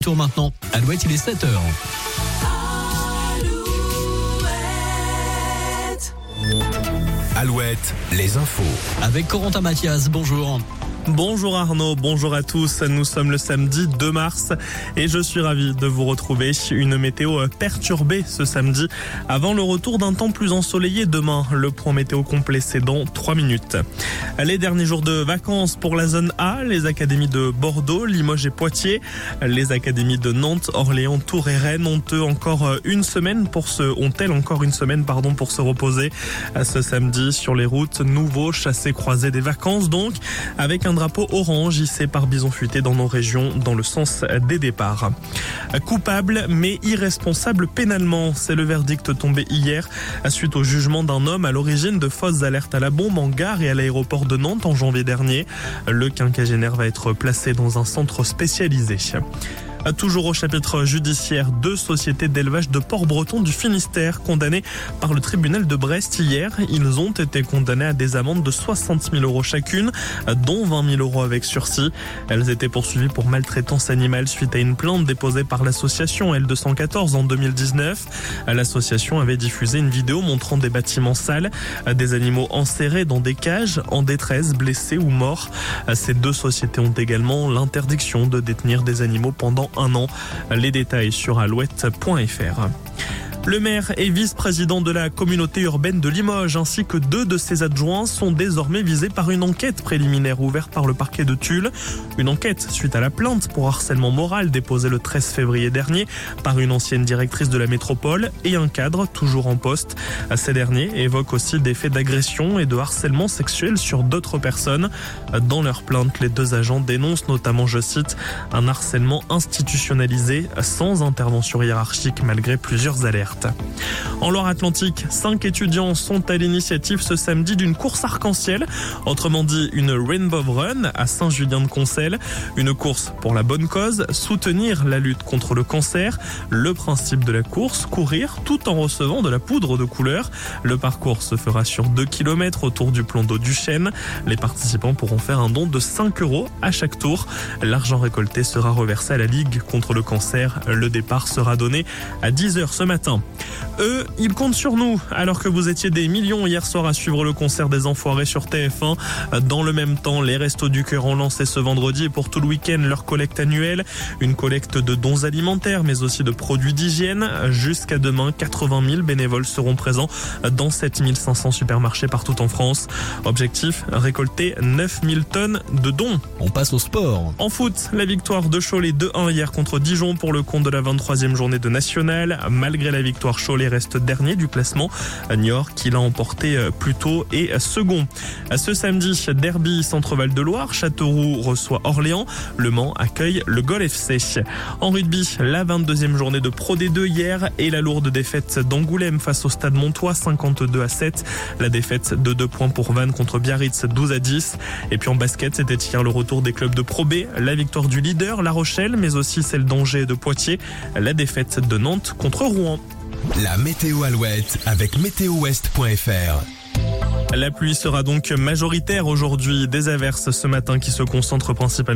Tour maintenant. Alouette, il est 7h. Alouette, les infos. Avec Corentin Mathias, bonjour. Bonjour Arnaud, bonjour à tous. Nous sommes le samedi 2 mars et je suis ravi de vous retrouver. Une météo perturbée ce samedi avant le retour d'un temps plus ensoleillé demain. Le point météo complet, c'est dans 3 minutes. Les derniers jours de vacances pour la zone A, les académies de Bordeaux, Limoges et Poitiers, les académies de Nantes, Orléans, Tours et Rennes ont-elles encore une semaine pour se reposer. Ce samedi sur les routes, nouveau chassé-croisé des vacances donc, avec un drapeau orange hissé par Bison Futé dans nos régions dans le sens des départs. Coupable mais irresponsable pénalement, c'est le verdict tombé hier suite au jugement d'un homme à l'origine de fausses alertes à la bombe en gare et à l'aéroport de Nantes en janvier dernier. Le quinquagénaire va être placé dans un centre spécialisé. Toujours au chapitre judiciaire, 2 sociétés d'élevage de porcs bretons du Finistère condamnées par le tribunal de Brest hier. Ils ont été condamnés à des amendes de 60 000 euros chacune, dont 20 000 euros avec sursis. Elles étaient poursuivies pour maltraitance animale suite à une plainte déposée par l'association L214 en 2019. L'association avait diffusé une vidéo montrant des bâtiments sales, des animaux enserrés dans des cages, en détresse, blessés ou morts. Ces 2 sociétés ont également l'interdiction de détenir des animaux pendant 1 an. Les détails sur alouette.fr. Le maire et vice-président de la communauté urbaine de Limoges ainsi que 2 de ses adjoints sont désormais visés par une enquête préliminaire ouverte par le parquet de Tulle. Une enquête suite à la plainte pour harcèlement moral déposée le 13 février dernier par une ancienne directrice de la métropole et un cadre toujours en poste. Ces derniers évoquent aussi des faits d'agression et de harcèlement sexuel sur d'autres personnes. Dans leur plainte, les 2 agents dénoncent notamment, je cite, un harcèlement institutionnalisé sans intervention hiérarchique malgré plusieurs alertes. En Loire-Atlantique, 5 étudiants sont à l'initiative ce samedi d'une course arc-en-ciel, autrement dit une Rainbow Run à Saint-Julien-de-Concelles. Une course pour la bonne cause, soutenir la lutte contre le cancer. Le principe de la course, courir tout en recevant de la poudre de couleur. Le parcours se fera sur 2 km autour du plan d'eau du Chêne. Les participants pourront faire un don de 5 € à chaque tour. L'argent récolté sera reversé à la Ligue contre le cancer. Le départ sera donné à 10h ce matin. Eux, ils comptent sur nous, alors que vous étiez des millions hier soir à suivre le concert des Enfoirés sur TF1. Dans le même temps, les Restos du Cœur ont lancé ce vendredi et pour tout le week-end leur collecte annuelle. Une collecte de dons alimentaires, mais aussi de produits d'hygiène. Jusqu'à demain, 80 000 bénévoles seront présents dans 7 500 supermarchés partout en France. Objectif, récolter 9 000 tonnes de dons. On passe au sport. En foot, la victoire de Cholet 2-1 hier contre Dijon pour le compte de la 23e journée de National. Malgré la victoire, Cholet reste dernier du classement. Niort, qui l'a emporté plus tôt, est second. Ce samedi, derby Centre-Val de Loire, Châteauroux reçoit Orléans, Le Mans accueille le Gol FC. En rugby, la 22e journée de Pro D2 hier et la lourde défaite d'Angoulême face au Stade Montois 52-7. La défaite de 2 points pour Vannes contre Biarritz 12-10. Et puis en basket, c'était hier le retour des clubs de Pro B, la victoire du leader La Rochelle, mais aussi celle d'Angers et de Poitiers, la défaite de Nantes contre Rouen. La météo Alouette avec météowest.fr. La pluie sera donc majoritaire aujourd'hui. Des averses ce matin qui se concentrent principalement